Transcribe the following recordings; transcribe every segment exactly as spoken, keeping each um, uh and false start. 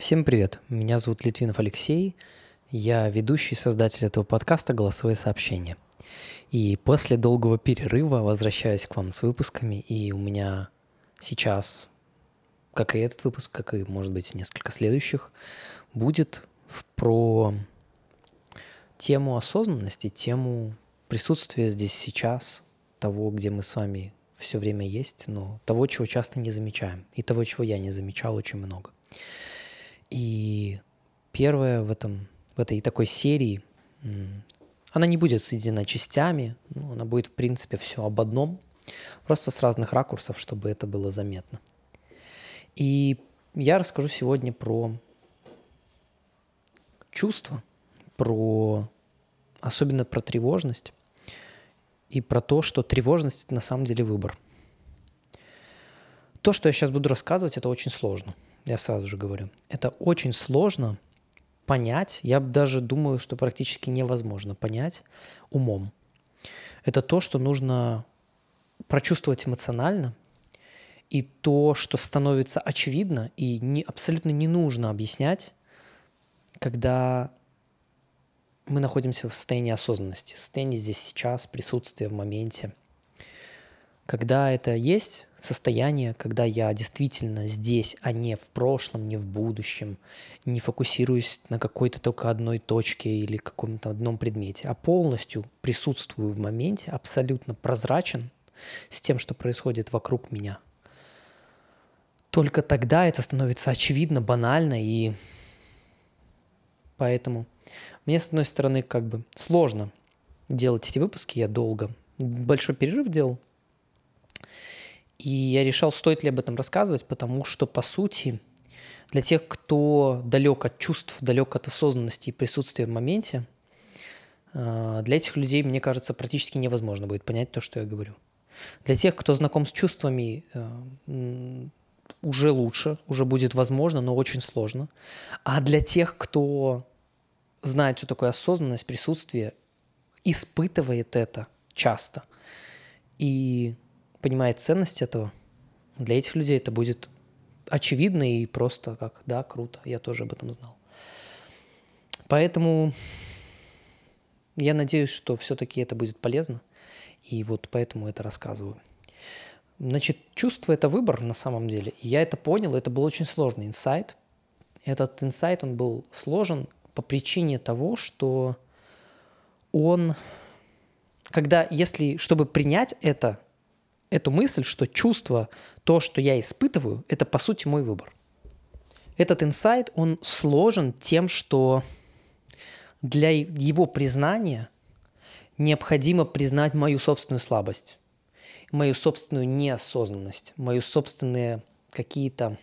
Всем привет, меня зовут Литвинов Алексей, я ведущий и создатель этого подкаста «Голосовые сообщения». И после долгого перерыва возвращаюсь к вам с выпусками, и у меня сейчас, как и этот выпуск, как и, может быть, несколько следующих, будет про тему осознанности, тему присутствия здесь сейчас, того, где мы с вами все время есть, но того, чего часто не замечаем, и того, чего я не замечал очень много. И первое в, этом, в этой такой серии, она не будет соединена частями, ну, она будет, в принципе, все об одном, просто с разных ракурсов, чтобы это было заметно. И я расскажу сегодня про чувства, про, особенно про тревожность и про то, что тревожность – это на самом деле выбор. То, что я сейчас буду рассказывать, это очень сложно. Я сразу же говорю, это очень сложно понять, я даже думаю, что практически невозможно понять умом. Это то, что нужно прочувствовать эмоционально, и то, что становится очевидно и не, абсолютно не нужно объяснять, когда мы находимся в состоянии осознанности, в состоянии здесь сейчас, присутствия в моменте. Когда это есть состояние, когда я действительно здесь, а не в прошлом, не в будущем, не фокусируюсь на какой-то только одной точке или каком-то одном предмете, а полностью присутствую в моменте, абсолютно прозрачен с тем, что происходит вокруг меня, только тогда это становится очевидно, банально, и поэтому мне, с одной стороны, как бы сложно делать эти выпуски, я долго, большой перерыв делал, и я решал, стоит ли об этом рассказывать, потому что, по сути, для тех, кто далек от чувств, далек от осознанности и присутствия в моменте, для этих людей, мне кажется, практически невозможно будет понять то, что я говорю. Для тех, кто знаком с чувствами, уже лучше, уже будет возможно, но очень сложно. А для тех, кто знает, что такое осознанность, присутствие, испытывает это часто и понимает ценность этого, для этих людей это будет очевидно и просто как, да, круто, я тоже об этом знал. Поэтому я надеюсь, что все-таки это будет полезно, и вот поэтому это рассказываю. Значит, чувство – это выбор на самом деле. И я это понял, это был очень сложный инсайт. Этот инсайт, он был сложен по причине того, что он, когда, если, чтобы принять это, эту мысль, что чувство, то, что я испытываю, это по сути мой выбор. Этот инсайт, он сложен тем, что для его признания необходимо признать мою собственную слабость, мою собственную неосознанность, мою собственные какие-то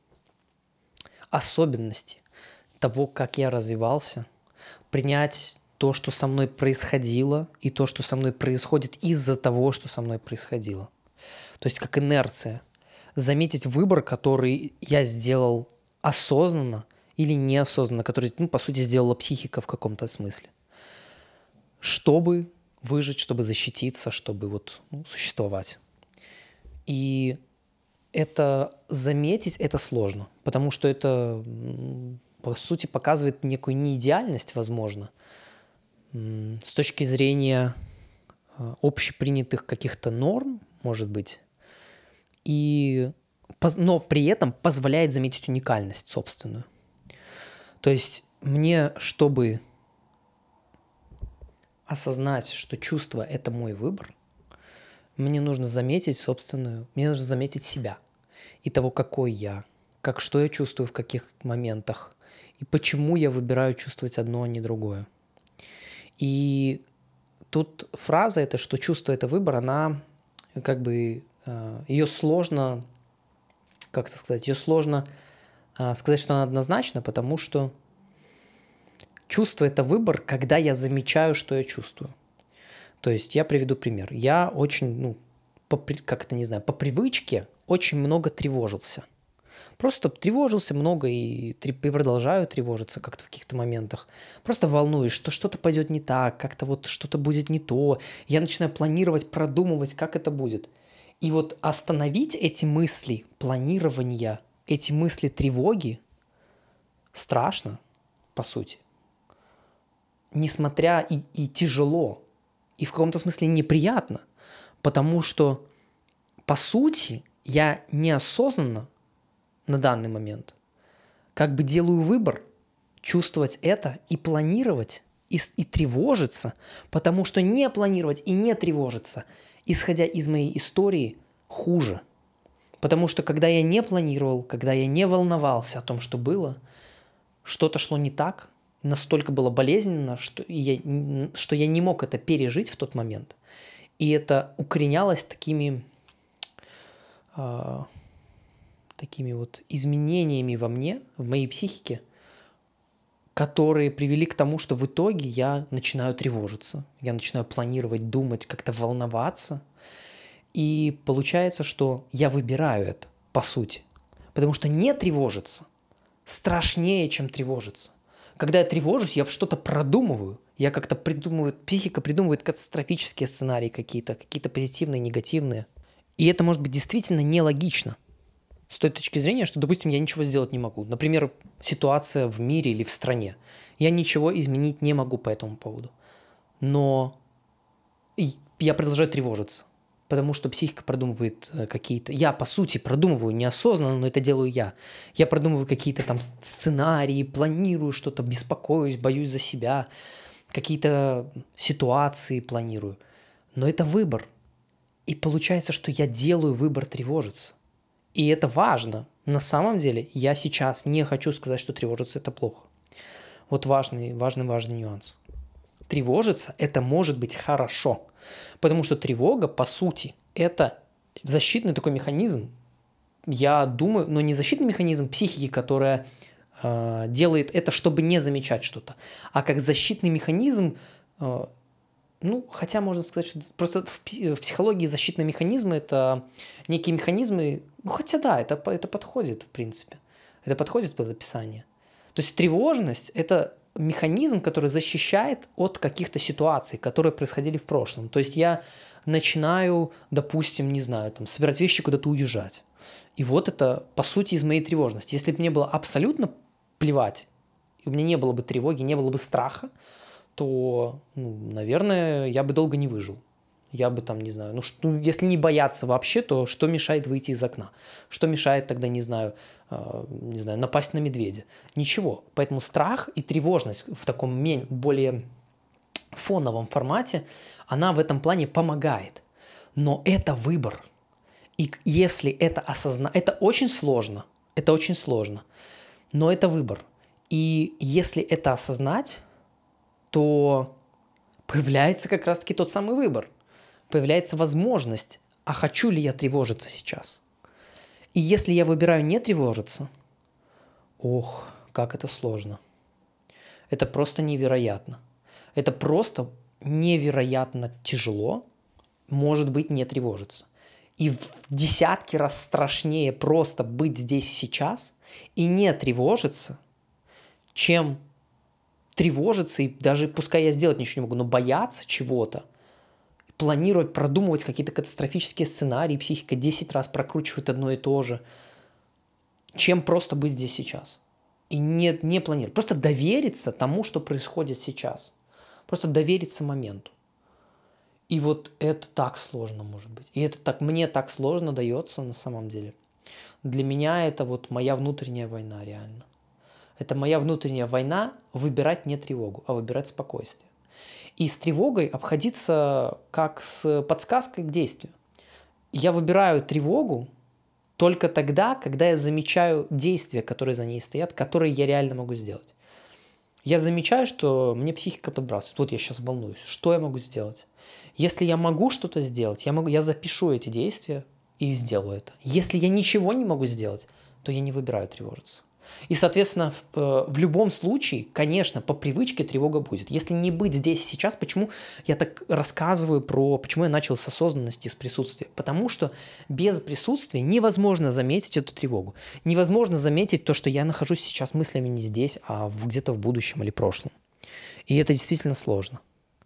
особенности того, как я развивался, принять то, что со мной происходило, и то, что со мной происходит из-за того, что со мной происходило. То есть как инерция. Заметить выбор, который я сделал осознанно или неосознанно, который, ну, по сути, сделала психика в каком-то смысле. Чтобы выжить, чтобы защититься, чтобы вот, ну, существовать. И это заметить, это сложно, потому что это, по сути, показывает некую неидеальность, возможно, с точки зрения общепринятых каких-то норм, может быть, и, но при этом позволяет заметить уникальность собственную. То есть мне, чтобы осознать, что чувство – это мой выбор, мне нужно заметить собственную, мне нужно заметить себя и того, какой я, как, что я чувствую в каких моментах, и почему я выбираю чувствовать одно, а не другое. И тут фраза эта, что чувство – это выбор, она как бы, ее сложно, как это сказать, ее сложно сказать, что она однозначна, потому что чувство – это выбор, когда я замечаю, что я чувствую. То есть я приведу пример. Я очень, ну, по, как это, не знаю, по привычке очень много тревожился. Просто тревожился много и продолжаю тревожиться как-то в каких-то моментах. Просто волнуюсь, что что-то пойдет не так, как-то вот что-то будет не то. Я начинаю планировать, продумывать, как это будет. И вот остановить эти мысли планирования, эти мысли тревоги страшно, по сути. Несмотря и, и тяжело, и в каком-то смысле неприятно, потому что, по сути, я неосознанно на данный момент как бы делаю выбор чувствовать это и планировать, и, и тревожиться, потому что не планировать и не тревожиться, исходя из моей истории, хуже. Потому что когда я не планировал, когда я не волновался о том, что было, что-то шло не так, настолько было болезненно, что я, что я не мог это пережить в тот момент. И это укоренялось такими, э, такими вот изменениями во мне, в моей психике, которые привели к тому, что в итоге я начинаю тревожиться, я начинаю планировать, думать, как-то волноваться. И получается, что я выбираю это, по сути. Потому что не тревожиться страшнее, чем тревожиться. Когда я тревожусь, я что-то продумываю, я как-то придумываю, психика придумывает катастрофические сценарии какие-то, какие-то позитивные, негативные. И это может быть действительно нелогично. С той точки зрения, что, допустим, я ничего сделать не могу. Например, ситуация в мире или в стране. Я ничего изменить не могу по этому поводу. Но я продолжаю тревожиться. Потому что психика продумывает какие-то... Я, по сути, продумываю неосознанно, но это делаю я. Я продумываю какие-то там сценарии, планирую что-то, беспокоюсь, боюсь за себя. Какие-то ситуации планирую. Но это выбор. И получается, что я делаю выбор тревожиться. И это важно. На самом деле, я сейчас не хочу сказать, что тревожиться – это плохо. Вот важный, важный, важный нюанс. Тревожиться – это может быть хорошо. Потому что тревога, по сути, это защитный такой механизм. Я думаю, но не защитный механизм психики, которая э, делает это, чтобы не замечать что-то, а как защитный механизм, э, ну, хотя можно сказать, что просто в, в психологии защитные механизмы – это некие механизмы, ну, хотя да, это, это подходит, в принципе. Это подходит под описание. То есть тревожность – это механизм, который защищает от каких-то ситуаций, которые происходили в прошлом. То есть я начинаю, допустим, не знаю, там, собирать вещи, куда-то уезжать. И вот это, по сути, из моей тревожности. Если бы мне было абсолютно плевать, и у меня не было бы тревоги, не было бы страха, то, ну, наверное, я бы долго не выжил. Я бы там, не знаю, ну, что, если не бояться вообще, то что мешает выйти из окна? Что мешает тогда, не знаю, э, не знаю, напасть на медведя? Ничего. Поэтому страх и тревожность в таком более фоновом формате, она в этом плане помогает. Но это выбор. И если это осознать, это очень сложно, это очень сложно, но это выбор. И если это осознать, то появляется как раз-таки тот самый выбор. Появляется возможность, а хочу ли я тревожиться сейчас? И если я выбираю не тревожиться, ох, как это сложно. Это просто невероятно. Это просто невероятно тяжело, может быть, не тревожиться. И в десятки раз страшнее просто быть здесь и сейчас и не тревожиться, чем тревожиться, и даже пускай я сделать ничего не могу, но бояться чего-то, планировать, продумывать какие-то катастрофические сценарии, психика десять раз прокручивает одно и то же, чем просто быть здесь сейчас. И не, не планировать. Просто довериться тому, что происходит сейчас. Просто довериться моменту. И вот это так сложно может быть. И это так, мне так сложно дается на самом деле. Для меня это вот моя внутренняя война реально. Это моя внутренняя война выбирать не тревогу, а выбирать спокойствие. И с тревогой обходиться как с подсказкой к действию. Я выбираю тревогу только тогда, когда я замечаю действия, которые за ней стоят, которые я реально могу сделать. Я замечаю, что мне психика подбрасывает. Вот я сейчас волнуюсь. Что я могу сделать? Если я могу что-то сделать, я, могу, я запишу эти действия и сделаю это. Если я ничего не могу сделать, то я не выбираю тревожиться. И, соответственно, в, в любом случае, конечно, по привычке тревога будет. Если не быть здесь и сейчас, почему я так рассказываю про, почему я начал с осознанности, с присутствия? Потому что без присутствия невозможно заметить эту тревогу. Невозможно заметить то, что я нахожусь сейчас мыслями не здесь, а где-то в будущем или прошлом. И это действительно сложно.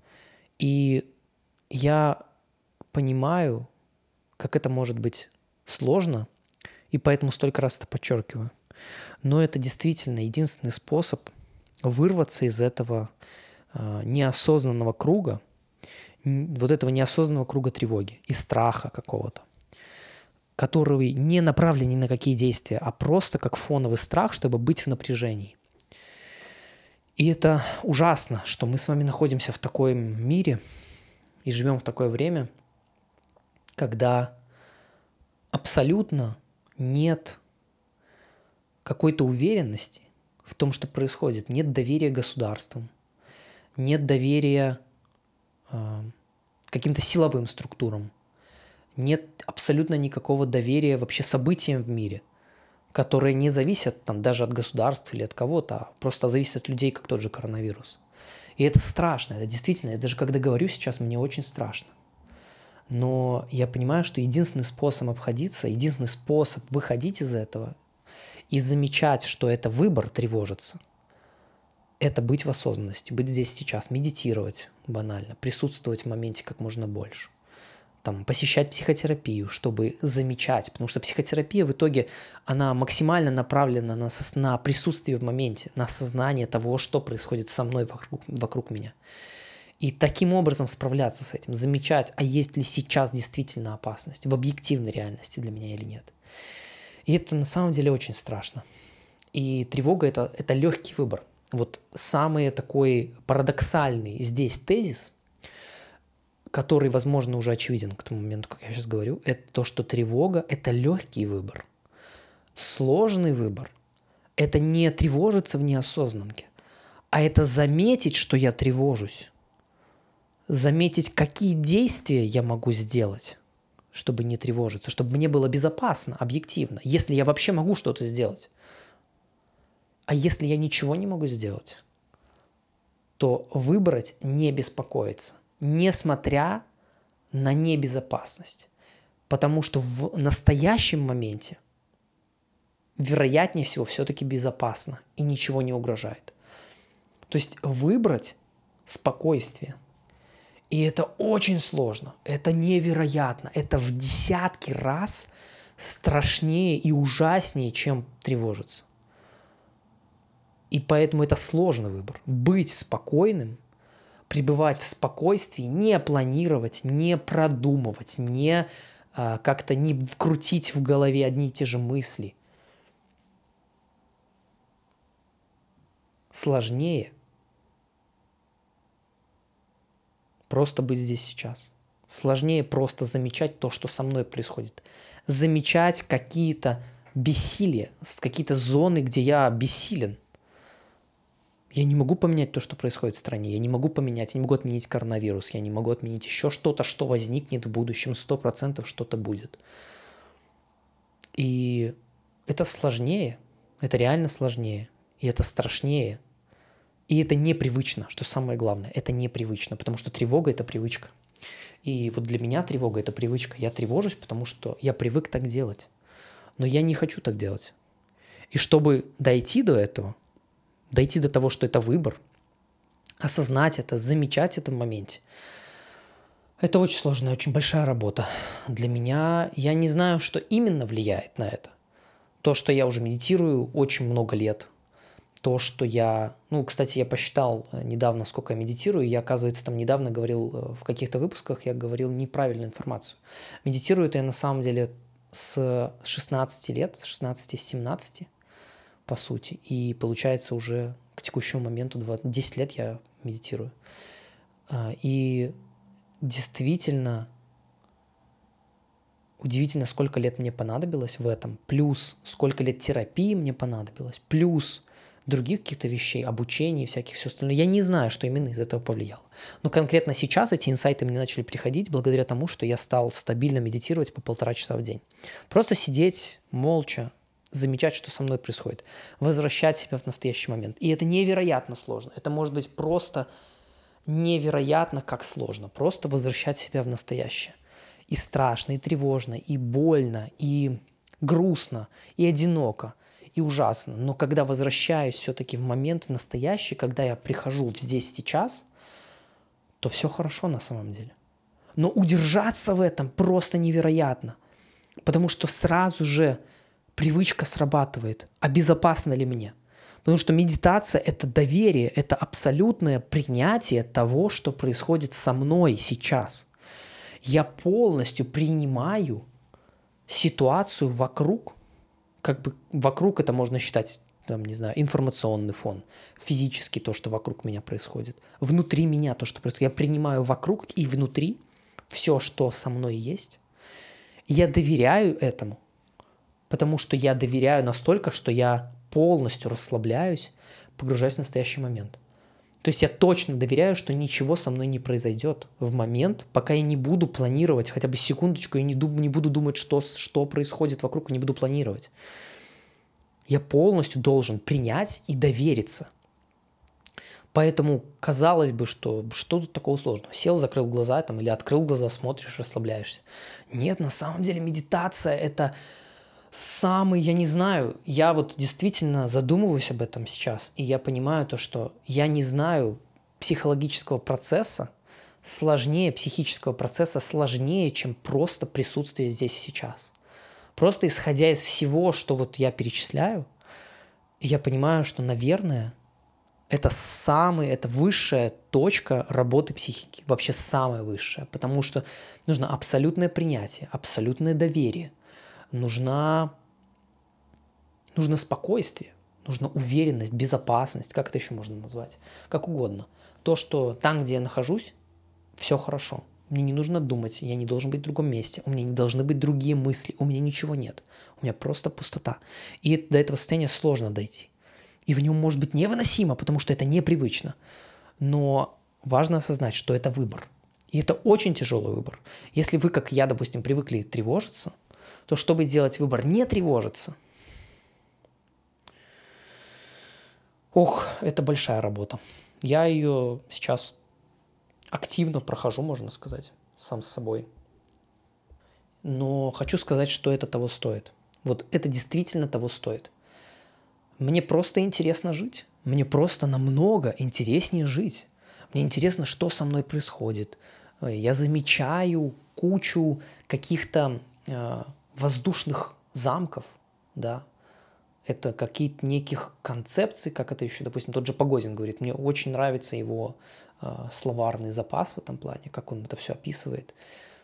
И я понимаю, как это может быть сложно, и поэтому столько раз это подчеркиваю. Но это действительно единственный способ вырваться из этого э, неосознанного круга, вот этого неосознанного круга тревоги и страха какого-то, который не направлен ни на какие действия, а просто как фоновый страх, чтобы быть в напряжении. И это ужасно, что мы с вами находимся в таком мире и живем в такое время, когда абсолютно нет какой-то уверенности в том, что происходит. Нет доверия государствам, нет доверия э, каким-то силовым структурам, нет абсолютно никакого доверия вообще событиям в мире, которые не зависят там, даже от государств или от кого-то, а просто зависят от людей, как тот же коронавирус. И это страшно, это действительно, я даже когда говорю сейчас, мне очень страшно. Но я понимаю, что единственный способ обходиться, единственный способ выходить из этого и замечать, что это выбор тревожиться, это быть в осознанности, быть здесь сейчас, медитировать банально, присутствовать в моменте как можно больше. Там, посещать психотерапию, чтобы замечать, потому что психотерапия в итоге, она максимально направлена на, на присутствие в моменте, на осознание того, что происходит со мной вокруг, вокруг меня. И таким образом справляться с этим, замечать, а есть ли сейчас действительно опасность в объективной реальности для меня или нет. И это на самом деле очень страшно. И тревога это, – это легкий выбор. Вот самый такой парадоксальный здесь тезис, который, возможно, уже очевиден к тому моменту, как я сейчас говорю, это то, что тревога – это легкий выбор. Сложный выбор – это не тревожиться в неосознанке, а это заметить, что я тревожусь, заметить, какие действия я могу сделать, чтобы не тревожиться, чтобы мне было безопасно, объективно, если я вообще могу что-то сделать. А если я ничего не могу сделать, то выбрать не беспокоиться, несмотря на небезопасность. Потому что в настоящем моменте вероятнее всего все-таки безопасно и ничего не угрожает. То есть выбрать спокойствие. И это очень сложно, это невероятно, это в десятки раз страшнее и ужаснее, чем тревожиться. И поэтому это сложный выбор. Быть спокойным, пребывать в спокойствии, не планировать, не продумывать, не а, как-то не вкрутить в голове одни и те же мысли. Сложнее просто быть здесь сейчас. Сложнее просто замечать то, что со мной происходит. Замечать какие-то бессилия, какие-то зоны, где я бессилен. Я не могу поменять то, что происходит в стране. Я не могу поменять, я не могу отменить коронавирус. Я не могу отменить еще что-то, что возникнет в будущем. Сто процентов что-то будет. И это сложнее. Это реально сложнее. И это страшнее. И это непривычно, что самое главное. Это непривычно, потому что тревога – это привычка. И вот для меня тревога – это привычка. Я тревожусь, потому что я привык так делать. Но я не хочу так делать. И чтобы дойти до этого, дойти до того, что это выбор, осознать это, замечать это в моменте, это очень сложная, очень большая работа. Для меня, я не знаю, что именно влияет на это. То, что я уже медитирую очень много лет, то, что я... Ну, кстати, я посчитал недавно, сколько я медитирую, я, оказывается, там недавно говорил в каких-то выпусках, я говорил неправильную информацию. Медитирую это я на самом деле с шестнадцати лет, с шестнадцати-семнадцати, по сути. И получается уже к текущему моменту десять лет я медитирую. И действительно удивительно, сколько лет мне понадобилось в этом, плюс сколько лет терапии мне понадобилось, плюс других каких-то вещей, обучения и всяких все остальное. Я не знаю, что именно из этого повлияло. Но конкретно сейчас эти инсайты мне начали приходить благодаря тому, что я стал стабильно медитировать по полтора часа в день. Просто сидеть молча, замечать, что со мной происходит, возвращать себя в настоящий момент. И это невероятно сложно. Это может быть просто невероятно как сложно. Просто возвращать себя в настоящее. И страшно, и тревожно, и больно, и грустно, и одиноко, и ужасно. Но когда возвращаюсь все-таки в момент, в настоящий, когда я прихожу здесь сейчас, то все хорошо на самом деле. Но удержаться в этом просто невероятно. Потому что сразу же привычка срабатывает, а безопасно ли мне? Потому что медитация – это доверие, это абсолютное принятие того, что происходит со мной сейчас. Я полностью принимаю ситуацию вокруг, как бы вокруг это можно считать, там, не знаю, информационный фон, физически то, что вокруг меня происходит, внутри меня то, что происходит. Я принимаю вокруг и внутри все, что со мной есть. Я доверяю этому, потому что я доверяю настолько, что я полностью расслабляюсь, погружаюсь в настоящий момент. То есть я точно доверяю, что ничего со мной не произойдет в момент, пока я не буду планировать хотя бы секундочку, я не, дум, не буду думать, что, что происходит вокруг, не буду планировать. Я полностью должен принять и довериться. Поэтому казалось бы, что что тут такого сложного? Сел, закрыл глаза там, или открыл глаза, смотришь, расслабляешься. Нет, на самом деле медитация – это самый, я не знаю, я вот действительно задумываюсь об этом сейчас, и я понимаю то, что я не знаю психологического процесса сложнее, психического процесса сложнее, чем просто присутствие здесь и сейчас. Просто исходя из всего, что вот я перечисляю, я понимаю, что, наверное, это самый, это высшая точка работы психики, вообще самая высшая, потому что нужно абсолютное принятие, абсолютное доверие, нужна, нужно спокойствие, нужна уверенность, безопасность, как это еще можно назвать, как угодно. То, что там, где я нахожусь, все хорошо. Мне не нужно думать, я не должен быть в другом месте, у меня не должны быть другие мысли, у меня ничего нет, у меня просто пустота. И до этого состояния сложно дойти. И в нем может быть невыносимо, потому что это непривычно. Но важно осознать, что это выбор. И это очень тяжелый выбор. Если вы, как я, допустим, привыкли тревожиться, то чтобы делать выбор не тревожиться, ох, это большая работа. Я ее сейчас активно прохожу, можно сказать, сам с собой. Но хочу сказать, что это того стоит. Вот это действительно того стоит. Мне просто интересно жить. Мне просто намного интереснее жить. Мне интересно, что со мной происходит. Я замечаю кучу каких-то э, воздушных замков, да. Это какие-то неких концепций, как это еще, допустим, тот же Погодин говорит. Мне очень нравится его э, словарный запас в этом плане, как он это все описывает.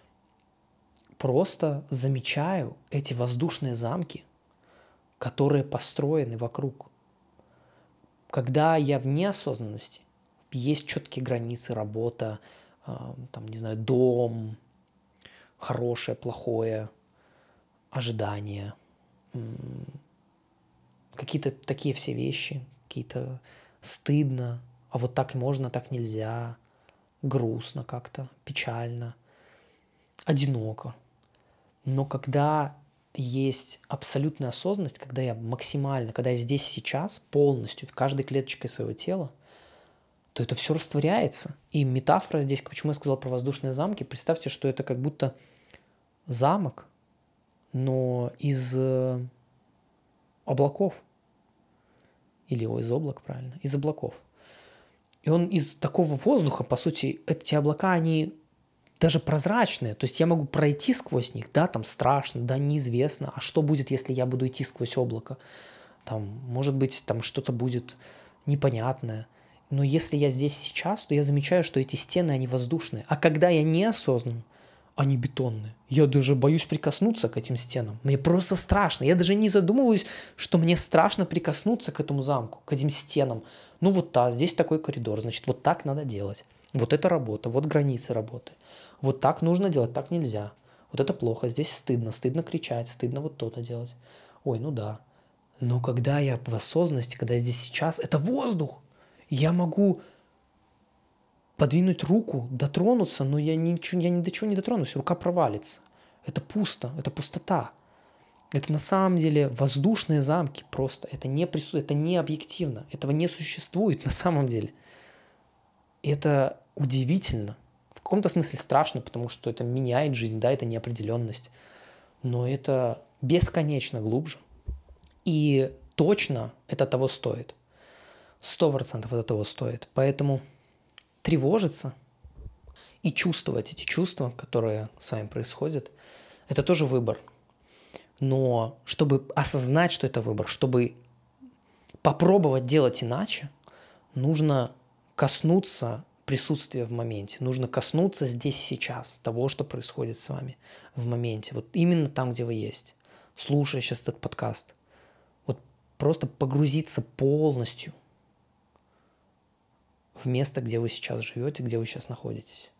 Просто замечаю эти воздушные замки, которые построены вокруг. Когда я в неосознанности, есть четкие границы, работа, э, там, не знаю, дом, хорошее, плохое, ожидания, м- какие-то такие все вещи, какие-то стыдно, а вот так можно, так нельзя, грустно как-то, печально, одиноко. Но когда есть абсолютная осознанность, когда я максимально, когда я здесь сейчас полностью, в каждой клеточкой своего тела, то это все растворяется. И метафора здесь, почему я сказал про воздушные замки, представьте, что это как будто замок, но из э, облаков. Или о, из облак, правильно, из облаков. И он из такого воздуха, по сути, эти облака, они даже прозрачные. То есть я могу пройти сквозь них, да, там страшно, да, неизвестно. А что будет, если я буду идти сквозь облако? Там, может быть, там что-то будет непонятное. Но если я здесь сейчас, то я замечаю, что эти стены, они воздушные. А когда я неосознан, они бетонные. Я даже боюсь прикоснуться к этим стенам. Мне просто страшно. Я даже не задумываюсь, что мне страшно прикоснуться к этому замку, к этим стенам. Ну вот так, здесь такой коридор, значит, вот так надо делать. Вот это работа, вот границы работы. Вот так нужно делать, так нельзя. Вот это плохо, здесь стыдно, стыдно кричать, стыдно вот то-то делать. Ой, ну да. Но когда я в осознанности, когда я здесь сейчас, это воздух. Я могу подвинуть руку, дотронуться, но я, ничего, я ни до чего не дотронусь, рука провалится. Это пусто, это пустота. Это на самом деле воздушные замки просто. Это не присутствует, это не объективно. Этого не существует на самом деле. И это удивительно. В каком-то смысле страшно, потому что это меняет жизнь, да, это неопределенность. Но это бесконечно глубже. И точно это того стоит. Сто процентов это того стоит. Поэтому тревожиться и чувствовать эти чувства, которые с вами происходят, это тоже выбор. Но чтобы осознать, что это выбор, чтобы попробовать делать иначе, нужно коснуться присутствия в моменте, нужно коснуться здесь и сейчас того, что происходит с вами в моменте, вот именно там, где вы есть, слушая сейчас этот подкаст. Вот просто погрузиться полностью в место, где вы сейчас живете, где вы сейчас находитесь.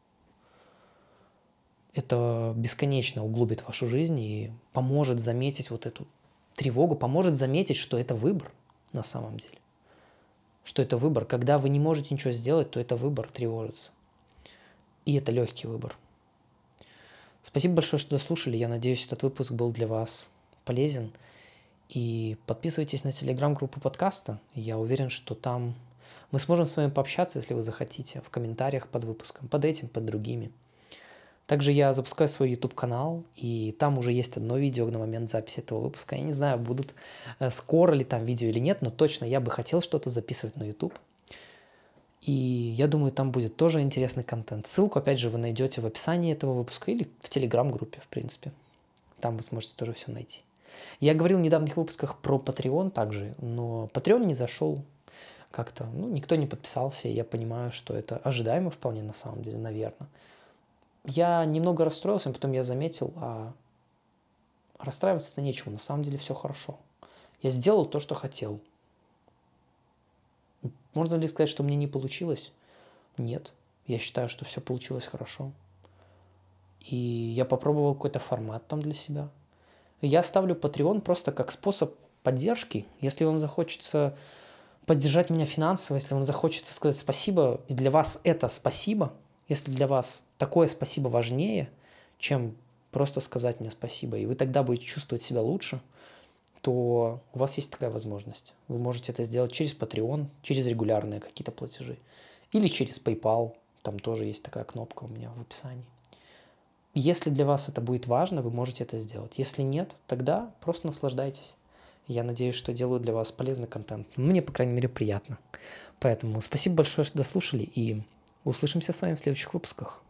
Это бесконечно углубит вашу жизнь и поможет заметить вот эту тревогу, поможет заметить, что это выбор на самом деле. Что это выбор. Когда вы не можете ничего сделать, то это выбор тревожиться. И это легкий выбор. Спасибо большое, что дослушали. Я надеюсь, этот выпуск был для вас полезен. И подписывайтесь на телеграм-группу подкаста. Я уверен, что там мы сможем с вами пообщаться, если вы захотите, в комментариях под выпуском, под этим, под другими. Также я запускаю свой YouTube-канал, и там уже есть одно видео на момент записи этого выпуска. Я не знаю, будут скоро ли там видео или нет, но точно я бы хотел что-то записывать на YouTube. И я думаю, там будет тоже интересный контент. Ссылку, опять же, вы найдете в описании этого выпуска или в Telegram-группе, в принципе. Там вы сможете тоже все найти. Я говорил в недавних выпусках про Patreon также, но Patreon не зашел как-то. Ну, никто не подписался, и я понимаю, что это ожидаемо вполне на самом деле, наверное. Я немного расстроился, потом я заметил, а расстраиваться-то нечего, на самом деле все хорошо. Я сделал то, что хотел. Можно ли сказать, что мне не получилось? Нет. Я считаю, что все получилось хорошо. И я попробовал какой-то формат там для себя. Я ставлю Patreon просто как способ поддержки. Если вам захочется поддержать меня финансово, если вам захочется сказать спасибо, и для вас это спасибо, если для вас такое спасибо важнее, чем просто сказать мне спасибо, и вы тогда будете чувствовать себя лучше, то у вас есть такая возможность. Вы можете это сделать через Patreon, через регулярные какие-то платежи. Или через PayPal. Там тоже есть такая кнопка у меня в описании. Если для вас это будет важно, вы можете это сделать. Если нет, тогда просто наслаждайтесь. Я надеюсь, что делаю для вас полезный контент. Мне, по крайней мере, приятно. Поэтому спасибо большое, что дослушали, и услышимся с вами в следующих выпусках.